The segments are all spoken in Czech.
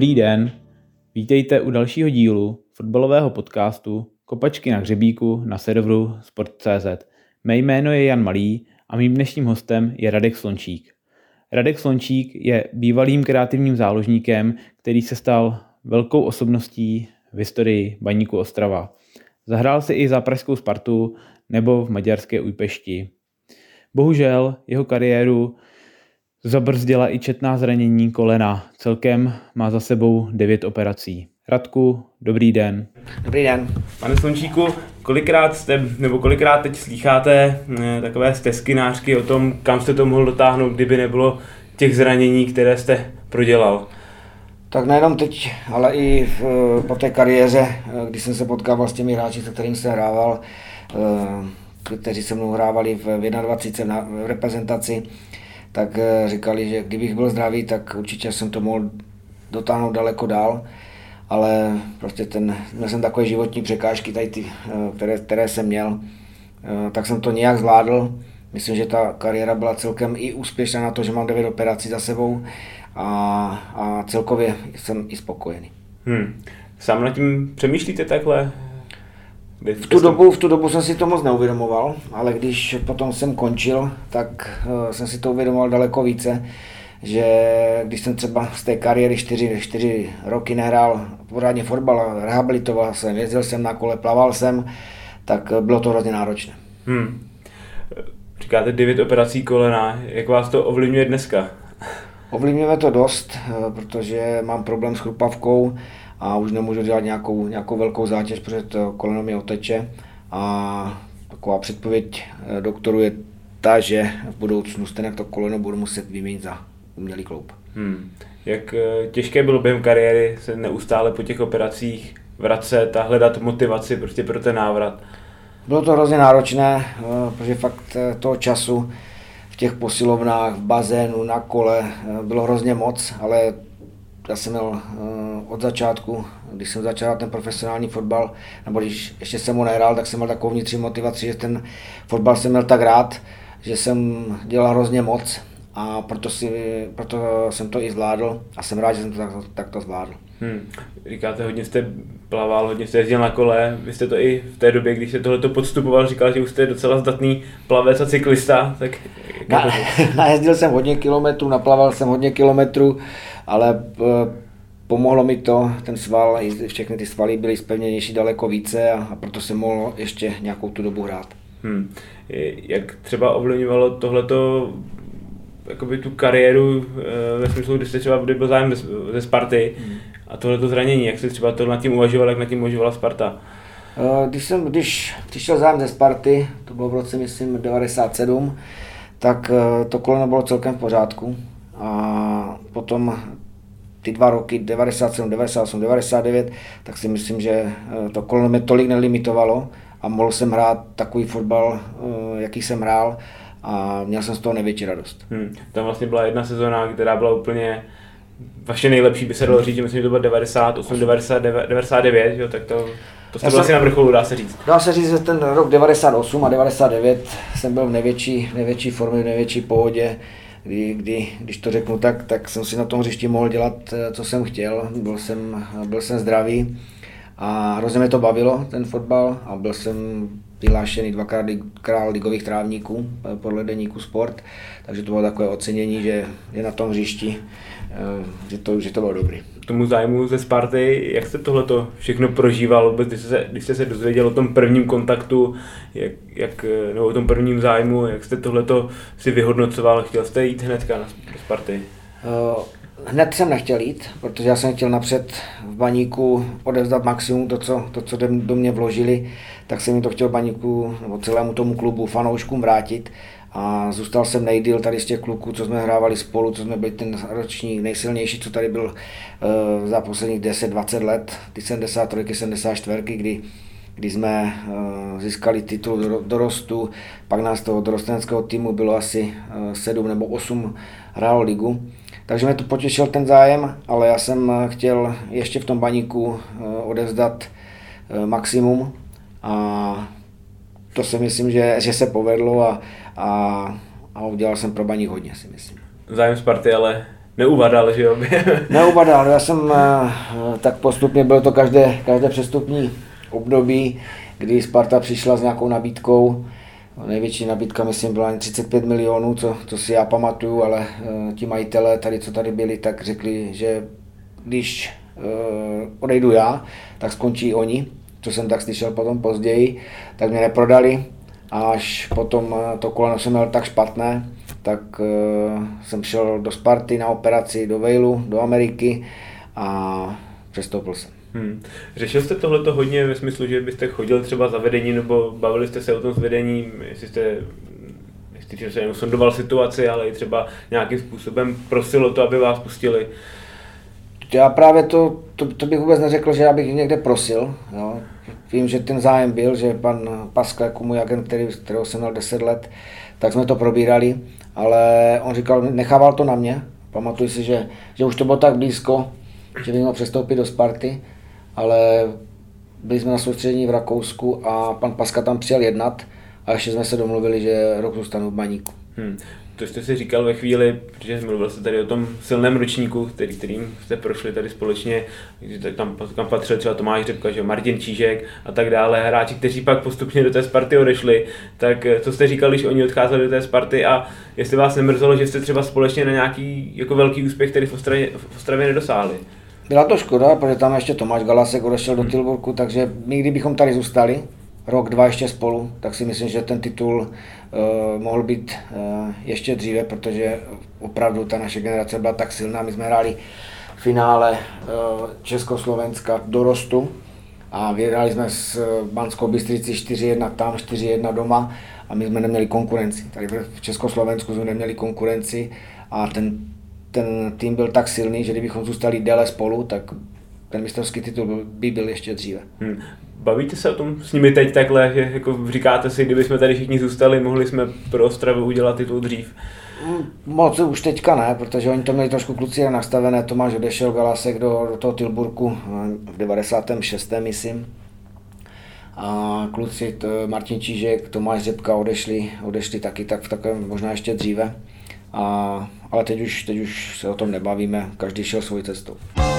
Dobrý den, vítejte u dalšího dílu fotbalového podcastu Kopačky na hřebíku na serveru Sport.cz. Mé jméno je Jan Malý a mým dnešním hostem je Radek Slončík. Radek Slončík je bývalým kreativním záložníkem, který se stal velkou osobností v historii Baníku Ostrava. Zahrál si i za pražskou Spartu nebo v maďarské Újpešti. Bohužel jeho kariéru zabrzdila i četná zranění kolena. Celkem má za sebou 9 operací. Radku, dobrý den. Dobrý den. Pane Slončíku, kolikrát teď slýcháte takové stesky, nářky o tom, kam jste to mohl dotáhnout, kdyby nebylo těch zranění, které jste prodělal? Tak nejenom teď, ale i po té kariéře, když jsem se potkával s těmi hráči, se kterým jsem hrával, kteří se mnou hrávali v 21 v reprezentaci, tak říkali, že kdybych byl zdravý, tak určitě jsem to mohl dotáhnout daleko dál, ale prostě měl jsem takové životní překážky, tady ty, které jsem měl, tak jsem to nějak zvládl. Myslím, že ta kariéra byla celkem i úspěšná na to, že mám 9 operací za sebou a celkově jsem i spokojený. Sám nad tím přemýšlíte takhle? V tu dobu jsem si to moc neuvědomoval, ale když potom jsem končil, tak jsem si to uvědomoval daleko více, že když jsem třeba z té kariéry 4 roky nehrál pořádně fotbal, rehabilitoval jsem, jezdil jsem na kole, plaval jsem, tak bylo to hrozně náročné. Říkáte 9 operací kolena, jak vás to ovlivňuje dneska? Ovlivňuje to dost, protože mám problém s chrupavkou a už nemůžu dělat nějakou velkou zátěž, protože to koleno mi oteče. A taková předpověď doktoru je ta, že v budoucnu stejně to koleno budu muset vyměnit za umělý kloup. Jak těžké bylo během kariéry se neustále po těch operacích vracet a hledat motivaci prostě pro ten návrat? Bylo to hrozně náročné, protože fakt toho času v těch posilovnách, v bazénu, na kole bylo hrozně moc, ale já jsem měl od začátku, když jsem začal ten profesionální fotbal, nebo když ještě jsem ho nehrál, tak jsem měl takovou vnitřní motivaci, že ten fotbal jsem měl tak rád, že jsem dělal hrozně moc a proto jsem to i zvládl a jsem rád, že jsem to takto zvládl. Říkáte, hodně jste plaval, hodně jste jezdil na kole, vy jste to i v té době, když jste tohleto podstupoval, říkal, že už jste docela zdatný plavec a cyklista, tak najezdil jsem hodně kilometrů, naplaval jsem hodně kilometrů, ale pomohlo mi to, ten sval, všechny ty svaly byly zpevněnější daleko více a proto jsem mohl ještě nějakou tu dobu hrát. Jak třeba ovlivňovalo tohleto jakoby tu kariéru ve smyslu, když jste třeba byl zájem ze Sparty a tohleto zranění, jak jste třeba to nad tím uvažoval, jak nad tím uvažovala Sparta? Když přišel zájem ze Sparty, to bylo v roce myslím 97, tak to koleno bylo celkem v pořádku a potom ty 2 roky 97, 98, 99, tak si myslím, že to koleno mě tolik nelimitovalo a mohl jsem hrát takový fotbal, jaký jsem hrál a měl jsem z toho největší radost. Tam vlastně byla jedna sezóna, která byla úplně vaše nejlepší, by se dalo říct, že myslím, že to bylo 98, 99, jo, tak to jste byl asi na vrcholu, dá se říct. Dá se říct, že ten rok 98 a 99 jsem byl v největší formě, v největší pohodě, když to řeknu tak jsem si na tom hřišti mohl dělat, co jsem chtěl, byl jsem zdravý a hrozně mě to bavilo, ten fotbal, a byl jsem vyhlášený 2krát král ligových trávníků podle deníku Sport, takže to bylo takové ocenění, že je na tom hřišti, že to bylo dobrý. Tomu zájmu ze Sparty, jak jste tohleto všechno prožíval, když jste se dozvěděl o tom prvním kontaktu, nebo o tom prvním zájmu, jak jste tohleto si vyhodnocoval, chtěl jste jít hnedka do Sparty? Hned jsem nechtěl jít, protože já jsem chtěl napřed v Baníku odevzdat maximum, to, co do mě vložili, tak jsem jim to chtěl Baníku nebo celému tomu klubu, fanouškům vrátit. A zůstal jsem nejdýl tady z těch kluků, co jsme hrávali spolu, co jsme byli ten ročník nejsilnější, co tady byl za posledních 10-20 let, ty 73, 74, kdy jsme získali titul dorostu, pak nás toho dorosteneckého týmu bylo asi 7 nebo 8 hrálo ligu. Takže mě to potěšil ten zájem, ale já jsem chtěl ještě v tom Baníku odevzdat maximum a to si myslím, že se povedlo a udělal jsem pro Baník hodně, si myslím. Zájem Sparty ale neuvadal, že jo? Neuvadal, já jsem tak postupně, bylo to každé přestupní období, kdy Sparta přišla s nějakou nabídkou. Největší nabídka, myslím, byla 35 milionů, co si já pamatuju, ale ti majitelé tady, co tady byli, tak řekli, že když odejdu já, tak skončí oni, co jsem tak slyšel potom později, tak mě neprodali. A až potom to koleno jsem měl tak špatné, tak jsem šel do Sparty na operaci do Waleu, do Ameriky a přestoupil jsem. Řešil jste tohleto hodně ve smyslu, že byste chodil třeba za vedení, nebo bavili jste se o tom s vedením, jestli jste jenom sondoval situaci, ale i třeba nějakým způsobem prosil o to, aby vás pustili? Já právě to bych vůbec neřekl, že já bych někde prosil. Jo. Vím, že ten zájem byl, že pan Paska, jako můj agent, kterého jsem měl 10 let, tak jsme to probírali, ale on říkal, nechával to na mě. Pamatuju si, že už to bylo tak blízko, že bych měl přestoupit do Sparty, ale byli jsme na soustředění v Rakousku a pan Paska tam přijel jednat a ještě jsme se domluvili, že rok zůstanu v Baníku. To jste si říkal ve chvíli, protože mluvil jste tady o tom silném ročníku, kterým jste prošli tady společně, tam patřil třeba Tomáš Řepka, že Martin Čížek a tak dále, hráči, kteří pak postupně do té Sparty odešli, tak co jste říkal, když oni odcházeli do té Sparty a jestli vás nemrzelo, že jste třeba společně na nějaký jako velký úspěch, který v Ostravě nedosáhli? Byla to škoda, protože tam ještě Tomáš Galasek odešel do Tilburku, takže my kdybychom tady zůstali, rok, dva ještě spolu, tak si myslím, že ten titul mohl být ještě dříve, protože opravdu ta naše generace byla tak silná. My jsme hráli v finále Československa dorostu a vyhráli jsme s Banskou Bystricí 4-1 tam, 4-1 doma a my jsme neměli konkurenci. Tady v Československu jsme neměli konkurenci a ten tým byl tak silný, že kdybychom zůstali déle spolu, tak ten mistrovský titul by byl ještě dříve. Bavíte se o tom s nimi teď takhle, že jako říkáte si, kdyby jsme tady všichni zůstali, mohli jsme pro Ostravu udělat titul dřív? Moc už teďka ne, protože oni to měli trošku kluci nastavené. Tomáš odešel, Galasek do toho Tilburku v 96. myslím. A kluci, Martin Čížek, Tomáš Řepka odešli taky tak v takovém možná ještě dříve. Ale teď už se o tom nebavíme, každý šel svou cestou.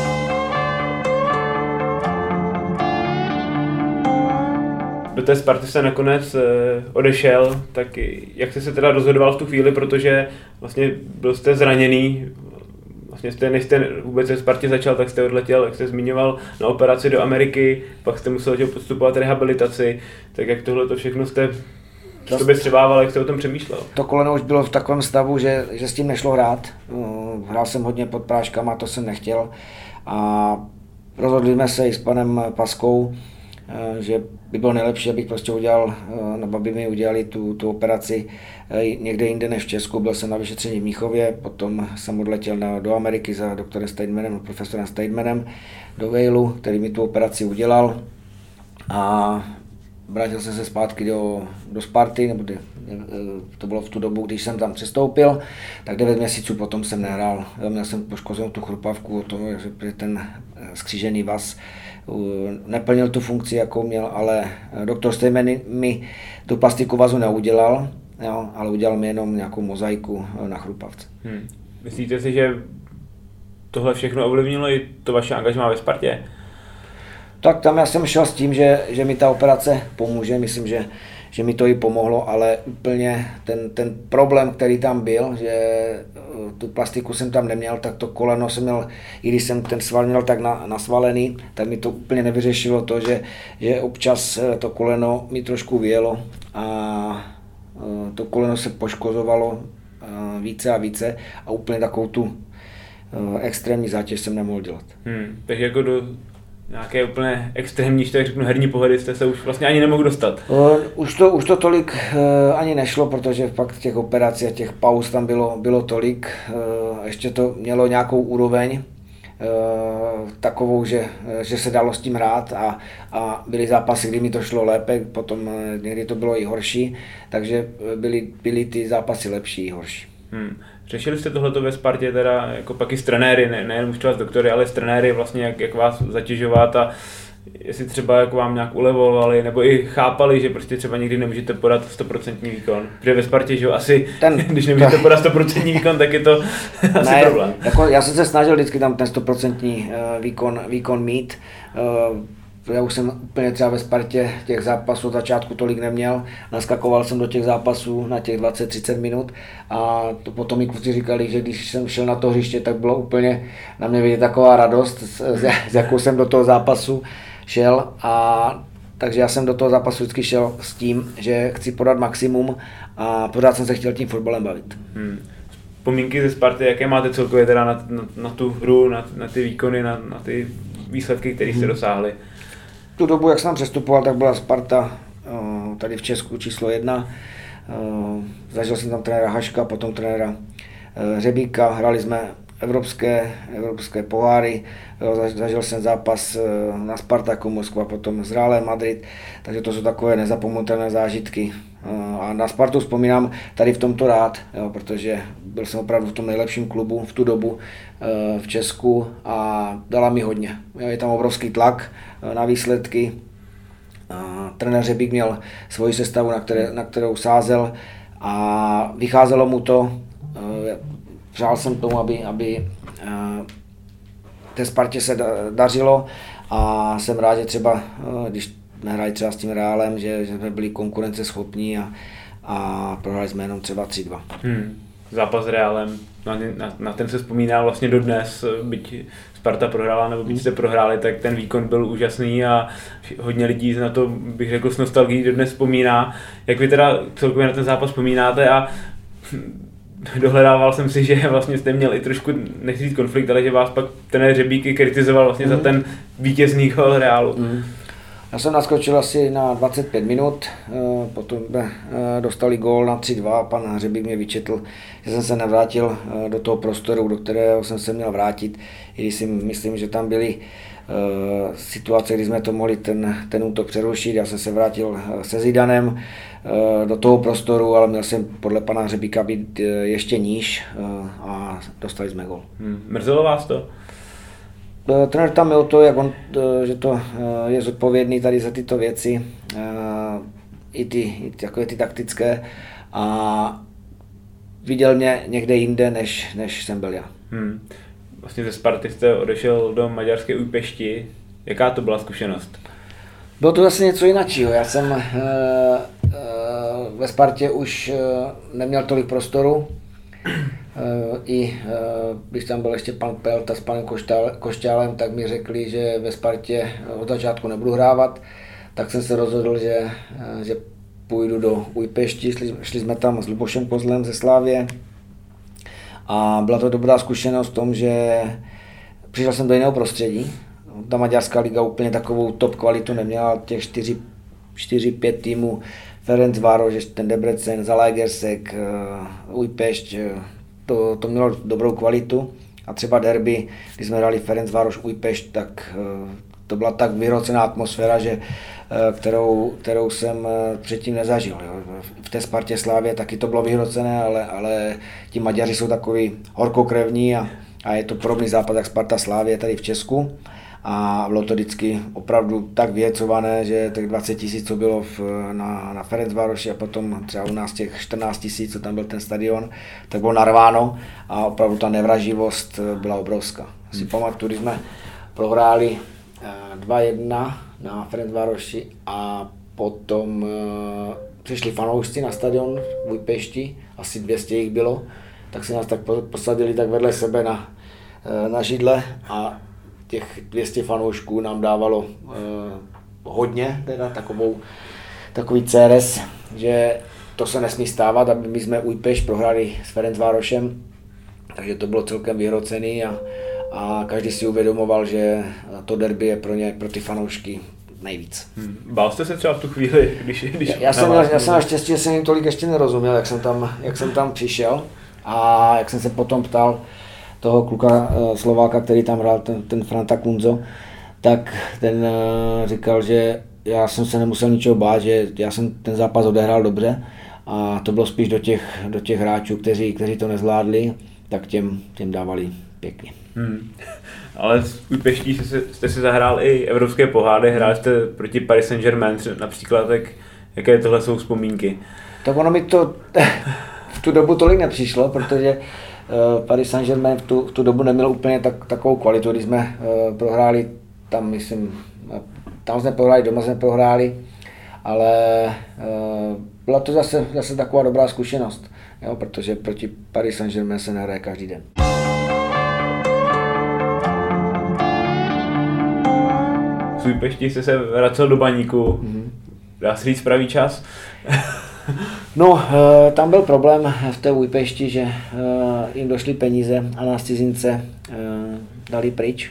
Do té Sparty se nakonec odešel, tak jak jste se teda rozhodoval v tu chvíli, protože vlastně byl jste zraněný, vlastně než jste vůbec ve Spartě začal, tak jste odletěl, jak jste zmiňoval, na operaci do Ameriky, pak jste musel podstupovat rehabilitaci, tak jak tohle to všechno jste sobě střebával, jak jste o tom přemýšlel? To koleno už bylo v takovém stavu, že s tím nešlo hrát. Hrál jsem hodně pod práškama, to jsem nechtěl a rozhodli jsme se i s panem Paskou, že by bylo nejlepší, abych prostě udělal, nebo by mi udělali tu operaci někde jinde než v Česku. Byl jsem na vyšetření v Míchově, potom jsem odletěl do Ameriky za doktorem Steidmanem, profesorem Steidmanem do Waleu, který mi tu operaci udělal a vrátil jsem se zpátky do Sparty, nebo to bylo v tu dobu, když jsem tam přestoupil, tak 9 měsíců potom jsem nehrál. Měl jsem poškozenou tu chrupavku, že ten skřížený vaz neplnil tu funkci, jakou měl, ale doktor Stejman mi tu plastiku vazu neudělal, jo, ale udělal mi jenom nějakou mozaiku na chrupavce. Myslíte si, že tohle všechno ovlivnilo i to vaše angažmá ve Spartě? Tak tam já jsem šel s tím, že mi ta operace pomůže, myslím, že mi to i pomohlo, ale úplně ten problém, který tam byl, že tu plastiku jsem tam neměl, tak to koleno jsem měl, i když jsem ten sval měl tak nasvalený, tak mi to úplně nevyřešilo to, že občas to koleno mi trošku vyjelo a to koleno se poškozovalo více a více a úplně takovou tu extrémní zátěž jsem nemohl dělat. Takže jako do nějaké úplně extrémní, tak řeknu, herní pohody jste se už vlastně ani nemohl dostat. Už to tolik ani nešlo, protože fakt těch operací a těch pauz tam bylo tolik. Ještě to mělo nějakou úroveň takovou, že se dalo s tím hrát a byly zápasy, kdy mi to šlo lépe, potom někdy to bylo i horší, takže byly ty zápasy lepší i horší. Řešili jste tohleto ve Spartě teda jako pak i s trenéry, nejen už třeba s doktory, ale s trenéry vlastně jak vás zatěžovat a jestli třeba jako vám nějak ulevovali, nebo i chápali, že prostě třeba někdy nemůžete podat 100% výkon. Protože ve Spartě, že jo, asi když nemůžete podat 100% výkon, tak je to asi problém. Jako já jsem se snažil vždycky tam ten 100% výkon mít. Já už jsem úplně třeba ve Spartě těch zápasů od začátku tolik neměl, naskakoval jsem do těch zápasů na těch 20-30 minut a to potom mi kluci říkali, že když jsem šel na to hřiště, tak bylo úplně na mě vidět taková radost, s jakou jsem do toho zápasu šel, a takže já jsem do toho zápasu vždycky šel s tím, že chci podat maximum a pořád jsem se chtěl tím fotbalem bavit. Vzpomínky ze Sparty, jaké máte celkově teda na tu hru, na ty výkony, na ty výsledky, které jste dosáhli? Tu dobu, jak jsem přestupoval, tak byla Sparta tady v Česku číslo 1. Zažil jsem tam trenéra Haška, potom trenéra Řebíka, hráli jsme evropské poháry, zažil jsem zápas na Spartaku Moskva, potom s Realem Madrid, takže to jsou takové nezapomenutelné zážitky. A na Spartu vzpomínám tady v tomto rád, jo, protože byl jsem opravdu v tom nejlepším klubu v tu dobu v Česku a dala mi hodně. Je tam obrovský tlak na výsledky. Trenér Řebík měl svoji sestavu, na kterou sázel a vycházelo mu to. Přál jsem tomu, aby té Spartě se dařilo a jsem rád, že třeba, když nehráli třeba s tím Realem, že jsme byli konkurenceschopní a prohráli jsme jenom třeba 3-2. Zápas s Realem, na ten se vzpomíná vlastně dodnes, byť Sparta prohrála nebo byť jste prohráli, tak ten výkon byl úžasný a hodně lidí na to, bych řekl, s nostalgií dodnes vzpomíná. Jak vy teda celkově na ten zápas vzpomínáte? A dohledával jsem si, že vlastně jste měl i trošku, nechci říct konflikt, ale že vás pak ten Řebík i kritizoval vlastně za ten vítězný gól Realu. Já jsem naskočil asi na 25 minut, potom dostali gól na 3-2, pan Řebík mě vyčetl, že jsem se nevrátil do toho prostoru, do kterého jsem se měl vrátit, i když si myslím, že tam byly situace, kdy jsme to mohli ten útok přerušit. Já jsem se vrátil se Zidanem do toho prostoru, ale měl jsem podle pana Řebíka být ještě níž a dostali jsme gól. Mrzelo vás to? Trenér tam je o to, že to je zodpovědný tady za tyto věci, i ty taktické, a viděl mě někde jinde, než jsem byl já. Vlastně ze Sparty jste odešel do maďarské Újpešti. Jaká to byla zkušenost? Bylo to zase něco jiného. Já jsem ve Spartě už neměl tolik prostoru. Když tam byl ještě pan Pelta s panem Košťálem, tak mi řekli, že ve Spartě od začátku nebudu hrávat. Tak jsem se rozhodl, že půjdu do Újpešti. Šli jsme tam s Lubošem Kozlem ze Slavie. A byla to dobrá zkušenenost v tom, že přišel jsem do jiného prostředí. Ta maďarská liga úplně takovou top kvalitu neměla, těch 4-5 týmů, Ferencvároš, ten Debrecen, Zalaegerszeg, Újpešť, to mělo dobrou kvalitu. A třeba derby, když jsme hráli Ferencvároš Újpešť, tak to byla tak vyhrocená atmosféra, kterou jsem předtím nezažil. Jo. V té Spartě Slavie taky to bylo vyhrocené, ale ti Maďaři jsou takový horkokrevní a je to podobný západ jak Sparta Slavie tady v Česku. A bylo to vždycky opravdu tak vyhecované, že těch 20 000, co bylo na Ferencvároši a potom třeba u nás těch 14 000, co tam byl ten stadion, tak bylo narváno a opravdu ta nevraživost byla obrovská. Si pamatuju, když jsme prohráli 2-1 na Ferencvároši a potom přišli fanoušci na stadion v Újpešti, asi 200 jich bylo, tak se nás tak posadili tak vedle sebe na židle a těch 200 fanoušků nám dávalo hodně, teda takový CRS, že to se nesmí stávat, aby my jsme Újpešť prohráli s Ferencvárošem, takže to bylo celkem vyhrocený a každý si uvědomoval, že to derby je pro ty fanoušky nejvíc. Bál jste se třeba v tu chvíli, když já jsem naštěstí, že jsem jim tolik ještě nerozuměl, jak jsem tam přišel a jak jsem se potom ptal toho kluka Slováka, který tam hrál, ten Franta Kunzo, tak ten říkal, že já jsem se nemusel ničeho bát, že já jsem ten zápas odehrál dobře a to bylo spíš do těch hráčů, kteří to nezvládli, tak těm dávali pěkně. Ale z Újpeští jste si zahrál i evropské poháry, hráli jste proti Paris Saint-Germain například, tak jaké tohle jsou vzpomínky? Tak ono mi to v tu dobu tolik nepřišlo, protože Paris Saint-Germain v tu dobu neměl úplně takovou kvalitu, když jsme prohráli tam, myslím, tam jsme prohráli, doma jsme prohráli, ale byla to zase taková dobrá zkušenost, jo, protože proti Paris Saint-Germain se nehraje každý den. Z Újpešti jste se vracel do Baníku, dá se říct pravý čas? No, tam byl problém v té Újpešti, že jim došly peníze a nás cizince dali pryč.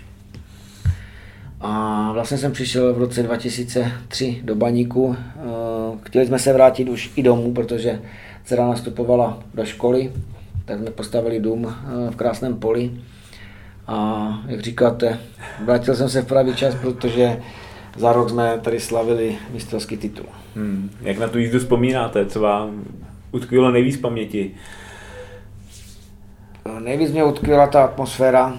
A vlastně jsem přišel v roce 2003 do Baníku. Chtěli jsme se vrátit už i domů, protože dcera nastupovala do školy, tak jsme postavili dům v krásném poli. A jak říkáte, vrátil jsem se v pravý čas, protože za rok jsme tady slavili mistrovský titul. Jak na tu jízdu vzpomínáte? Co vám utkvělo nejvíc v paměti? Nejvíc mě utkvěla ta atmosféra,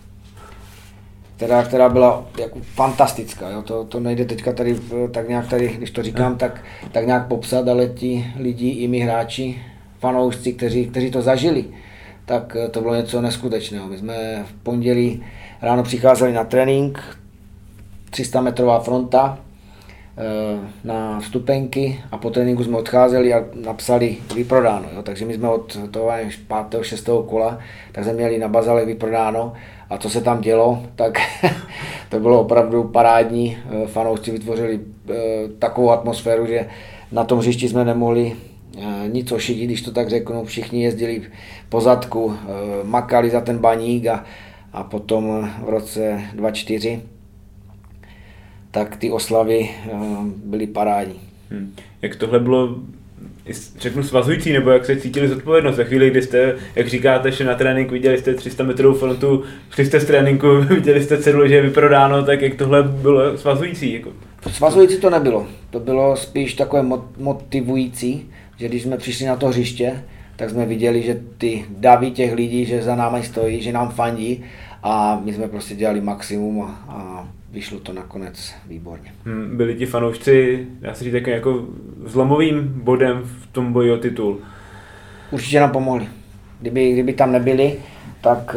která byla jako fantastická. Jo? To nejde teďka tak nějak tady, když to říkám, tak nějak popsat, ale ti lidi i my hráči, fanoušci, kteří to zažili, tak to bylo něco neskutečného. My jsme v pondělí ráno přicházeli na trénink, 300-metrová fronta na vstupenky a po tréninku jsme odcházeli a napsali vyprodáno. Jo? Takže my jsme od toho 5. 6. kola tak jsme měli na bazale vyprodáno a co se tam dělo, tak to bylo opravdu parádní. Fanoušci vytvořili takovou atmosféru, že na tom hřišti jsme nemohli nic ošidit, když to tak řeknu. Všichni jezdili po zadku, makali za ten Baník a potom v roce 2004 tak ty oslavy byly parádní. Jak tohle bylo, řeknu, svazující, nebo jak se cítili zodpovědnost ve chvíli, kdy jste, jak říkáte, šli na trénink, viděli jste 300 metrovou frontu, šli jste z tréninku, viděli jste cedule, že je vyprodáno, tak jak tohle bylo svazující? Jako? Svazující to nebylo, to bylo spíš takové motivující, že když jsme přišli na to hřiště, tak jsme viděli, že ty davy těch lidí, že za námi stojí, že nám fandí a my jsme prostě dělali maximum a vyšlo to nakonec výborně. Byli ti fanoušci, dá se říct, jako zlomovým bodem v tom boji o titul? Určitě nám pomohli. Kdyby tam nebyli, tak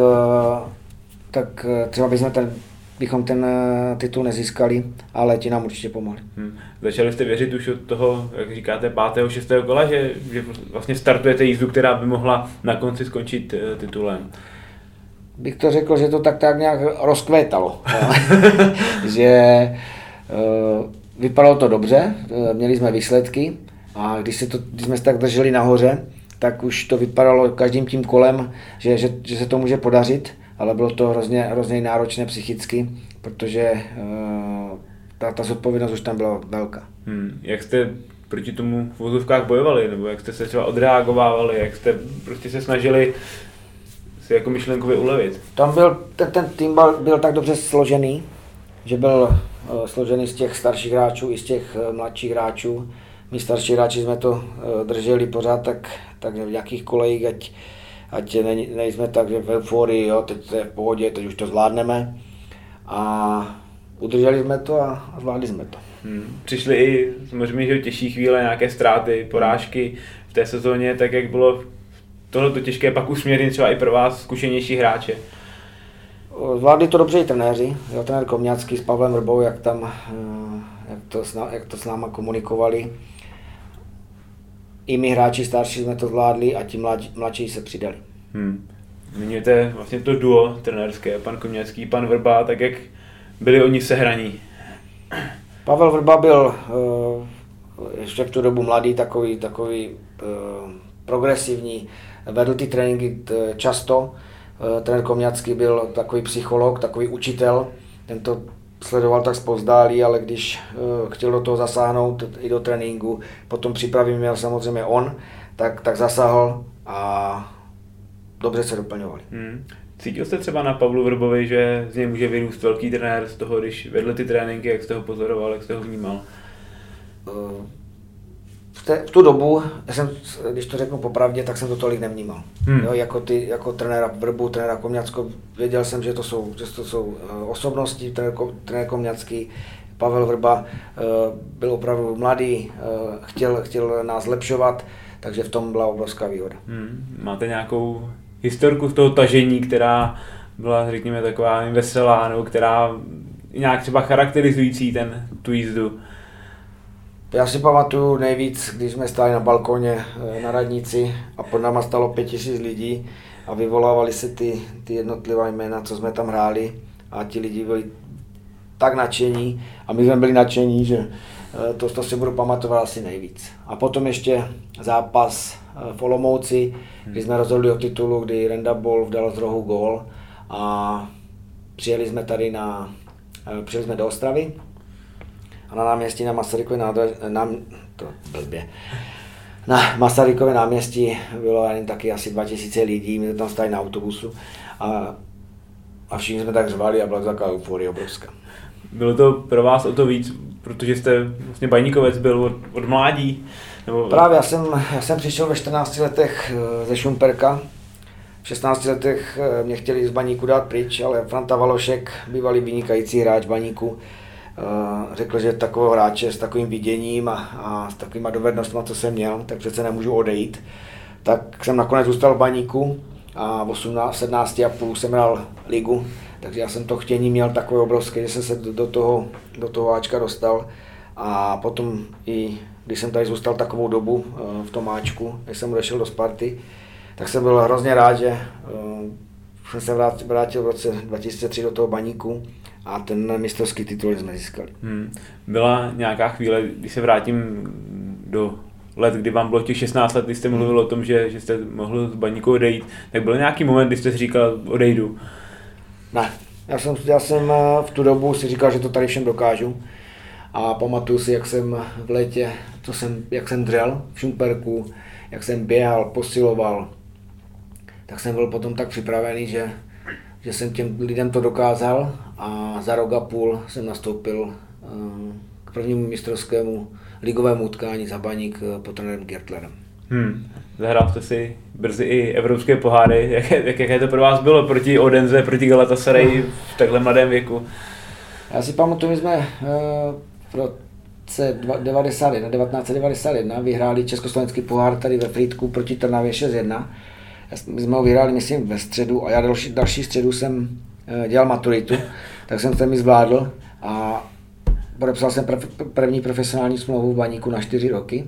třeba bychom ten titul nezískali, ale ti nám určitě pomohli. Začali jste věřit už od toho, jak říkáte, 5. 6. kola, že vlastně startujete jízdu, která by mohla na konci skončit titulem? Bych to řekl, že to tak nějak rozkvétalo. Že vypadalo to dobře, měli jsme výsledky a když jsme se tak drželi nahoře, tak už to vypadalo každým tím kolem, že se to může podařit, ale bylo to hrozně náročné psychicky, protože ta zodpovědnost už tam byla velká. Jak jste proti tomu v vozovkách bojovali, nebo jak jste se třeba odreagovávali, jak jste prostě se snažili si jako myšlenkově ulevit? Tam ten tým byl tak dobře složený, že byl složený z těch starších hráčů i z těch mladších hráčů. My starší hráči jsme to drželi pořád tak v nějakých kolejích, ať nejsme tak, že v euforii, jo, teď to je v pohodě, teď už to zvládneme. A udrželi jsme to a zvládli jsme to. Přišly i samozřejmě těžší chvíle, nějaké ztráty, porážky v té sezóně, tak jak bylo tohleto těžké pak usměrnit třeba i pro vás zkušenější hráče? Zvládli to dobře i trenéři, trenér Komňacký s Pavlem Vrbou, jak to s náma komunikovali. I my hráči starší jsme to zvládli a ti mladší se přidali. Zmiňujete vlastně to duo trenérské, pan Komňacký, pan Vrba, tak jak byli oni sehraní? Pavel Vrba byl ještě v tu dobu mladý, takový progresivní, vedl ty tréninky často. Trenér Komňacký byl takový psycholog, takový učitel, ten to sledoval tak zpovzdálí, ale když chtěl do toho zasáhnout i do tréninku, potom přípravy měl samozřejmě on, tak zasáhl a dobře se doplňovali. Cítil jste třeba na Pavlu Vrbovi, že z něj může vyrůst velký trenér z toho, když vedl ty tréninky, jak jste ho pozoroval, jak jste ho vnímal? v tu dobu, když to řeknu popravdě, tak jsem to tolik nevnímal. Jo, jako trenéra Vrbu, trenéra Komňacko, věděl jsem, že to jsou osobnosti, trenér Komňacký, Pavel Vrba byl opravdu mladý, chtěl nás zlepšovat, takže v tom byla obrovská výhoda. Máte nějakou historku z toho tažení, která byla, řekněme, taková veselá, nebo která nějak třeba charakterizující tu jízdu? Já si pamatuju nejvíc, když jsme stáli na balkoně na radnici a pod náma stalo 5000 lidí a vyvolávali se ty jednotlivá jména, co jsme tam hráli, a ti lidi byli tak nadšení a my jsme byli nadšení, že to si budu pamatovat asi nejvíc. A potom ještě zápas v Olomouci, kdy jsme rozhodli o titulu, kdy Renda Bolf dal z rohu gól a přijeli jsme do Ostravy a na náměstí na Masarykově náměstí bylo jen taky asi 2000 lidí, my jsme tam stáli na autobusu a všichni jsme tak řvali a byla taková euforie obrovská. Bylo to pro vás o to víc, protože jste vlastně baníkovec byl od mládí? Nebo... Právě, já jsem přišel ve 14 letech ze Šumperka. V 16 letech mě chtěli z Baníku dát pryč, ale Franta Valošek, bývalý vynikající hráč Baníku, řekl, že takového hráče s takovým viděním a s takovýma dovednostmi, co jsem měl, tak přece nemůžu odejít. Tak jsem nakonec zůstal v Baníku a v 17,5 jsem hrál ligu, takže já jsem to chtění měl takové obrovské, že jsem se do toho Ačka dostal. A potom i když jsem tady zůstal takovou dobu v tom Ačku, když jsem odešel do Sparty, tak jsem byl hrozně rád, že jsem se vrátil v roce 2003 do toho Baníku a ten mistrovský titul jsme získali. Byla nějaká chvíle, když se vrátím do let, kdy vám bylo těch 16 let, kdy jste mluvil o tom, že jste mohl z Baníku odejít, tak byl nějaký moment, kdy jste si říkal, odejdu? Ne, já jsem v tu dobu si říkal, že to tady všem dokážu. A pamatuju si, jak jsem v létě, jak jsem dřel v Šumperku, jak jsem běhal, posiloval, tak jsem byl potom tak připravený, že jsem těm lidem to dokázal a za rok a půl jsem nastoupil k prvnímu mistrovskému ligovému utkání za Baník pod trenérem Gertlerem. Zahrál jste si brzy i evropské poháry. Jaké to pro vás bylo proti Odense, proti Galatasaray v takhle mladém věku? Já si pamatuju, my jsme v roce 1991 vyhráli československý pohár tady ve Frýdku proti Trnavě 6-1. My jsme ho vyhráli, myslím, ve středu a já další středu jsem dělal maturitu, tak jsem se mi zvládl a podepsal jsem první profesionální smlouvu v Baníku na 4 roky.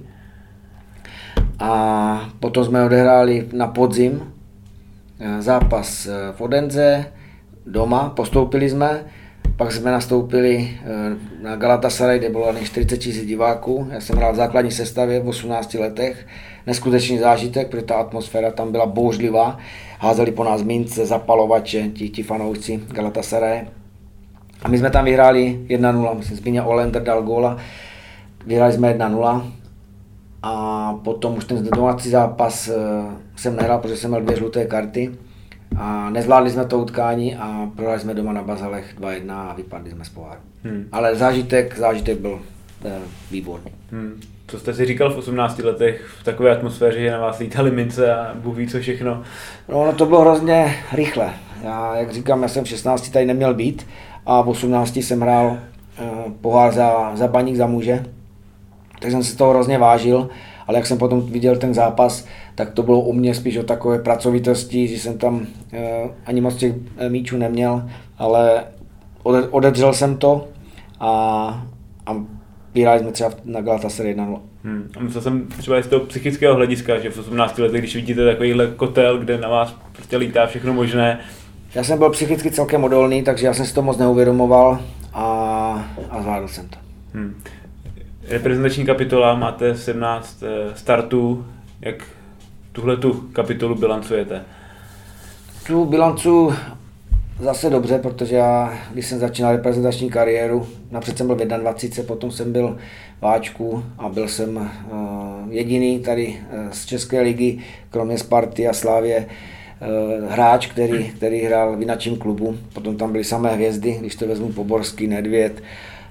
A potom jsme odehráli na podzim zápas v Odense doma, postoupili jsme, pak jsme nastoupili na Galatasaray, kde bylo než 40 000 diváků. Já jsem hrál v základní sestavě v 18 letech. Neskutečný zážitek, protože ta atmosféra tam byla bouřlivá. Házeli po nás mince, zapalovače, ti fanoušci Galatasaray. A my jsme tam vyhráli 1-0, myslím, Zbigněk Olender dal góla. Vyhráli jsme 1-0. A potom už ten domácí zápas jsem nehrál, protože jsem měl 2 žluté karty. A nezvládli jsme to utkání a prohráli jsme doma na Bazalech 2-1 a vypadli jsme z poháru. Ale zážitek byl výborný. Co jste si říkal v 18 letech v takové atmosféře, že na vás lítali mince a Bůh ví co všechno? No to bylo hrozně rychle. Jak říkám, já jsem v 16 tady neměl být a v 18 jsem hrál pohár za Baník za muže. Tak jsem si toho hrozně vážil, ale jak jsem potom viděl ten zápas, tak to bylo u mě spíš o takové pracovitosti, že jsem tam ani moc těch míčů neměl, ale odedřel jsem to a vyhráli jsme třeba na Galatasaray 1-0. A myslel jsem třeba z toho psychického hlediska, že v 18 letech, když vidíte takovýhle kotel, kde na vás prostě lítá všechno možné. Já jsem byl psychicky celkem odolný, takže já jsem si to moc neuvědomoval a zvládl jsem to. Reprezentační kapitola, máte 17 startů, jak tuhletu kapitolu bilancujete? Tu bilancu zase dobře, protože já, když jsem začínal reprezentační kariéru, napřed jsem byl v 21, potom jsem byl v Ačku a byl jsem jediný tady z České ligy, kromě Sparty a Slavie, hráč, který hrál v jináčím klubu. Potom tam byly samé hvězdy, když to vezmu Poborský, Nedvěd,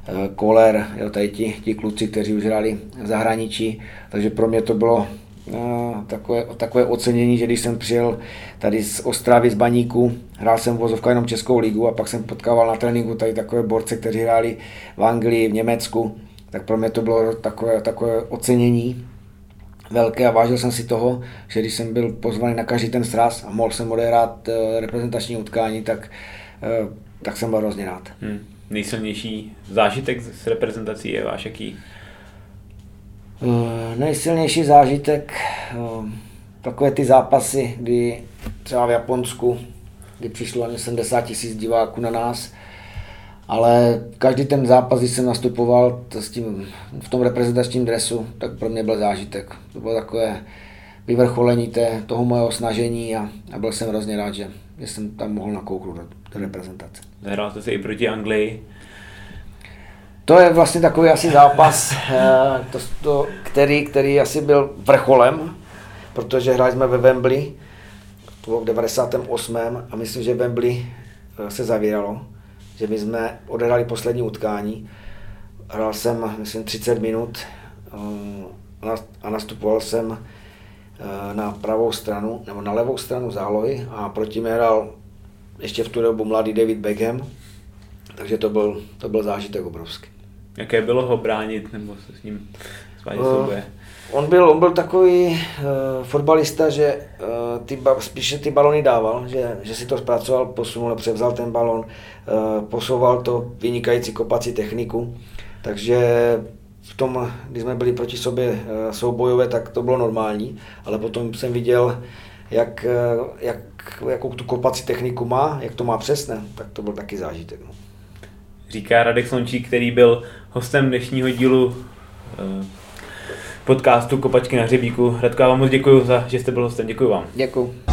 Koller, jo, tady ti kluci, kteří už hráli v zahraničí, takže pro mě to bylo takové ocenění, že když jsem přijel tady z Ostravy, z Baníku, hrál jsem v vozovkách jenom Českou ligu a pak jsem potkával na tréninku tady takové borce, kteří hráli v Anglii, v Německu, tak pro mě to bylo takové ocenění velké a vážil jsem si toho, že když jsem byl pozvaný na každý ten sraz a mohl jsem odehrát reprezentační utkání, tak jsem byl hrozně rád. Nejsilnější zážitek z reprezentací je váš jaký? Nejsilnější zážitek, takové ty zápasy, kdy třeba v Japonsku, kdy přišlo ani 70 000 diváků na nás, ale každý ten zápas, když jsem nastupoval v tom reprezentačním dresu, tak pro mě byl zážitek. To bylo takové vyvrcholení toho mojeho snažení a byl jsem hrozně rád, že jsem tam mohl nakouknout do reprezentace. Zahrál jste se i proti Anglii? To je vlastně takový asi zápas, který asi byl vrcholem, protože hráli jsme ve Wembley, to bylo v 98. a myslím, že Wembley se zavíralo, že my jsme odehráli poslední utkání. Hrál jsem, myslím, 30 minut a nastupoval jsem na pravou stranu, nebo na levou stranu zálohy a proti mě hrál ještě v tu dobu mladý David Beckham, takže to byl zážitek obrovský. Jaké bylo ho bránit, nebo se s ním soubuje? On byl takový fotbalista, že spíše ty balony dával, že si to zpracoval, posunul, převzal ten balon, posouval to vynikající kopací techniku, takže v tom, když jsme byli proti sobě soubojové, tak to bylo normální, ale potom jsem viděl, jakou tu kopací techniku má, jak to má přesně, tak to byl taky zážitek. No. Říká Radek Slončík, který byl hostem dnešního dílu podcastu Kopačky na hřebíku. Radko, já vám moc děkuji, že jste byl hostem. Děkuji vám. Děkuji.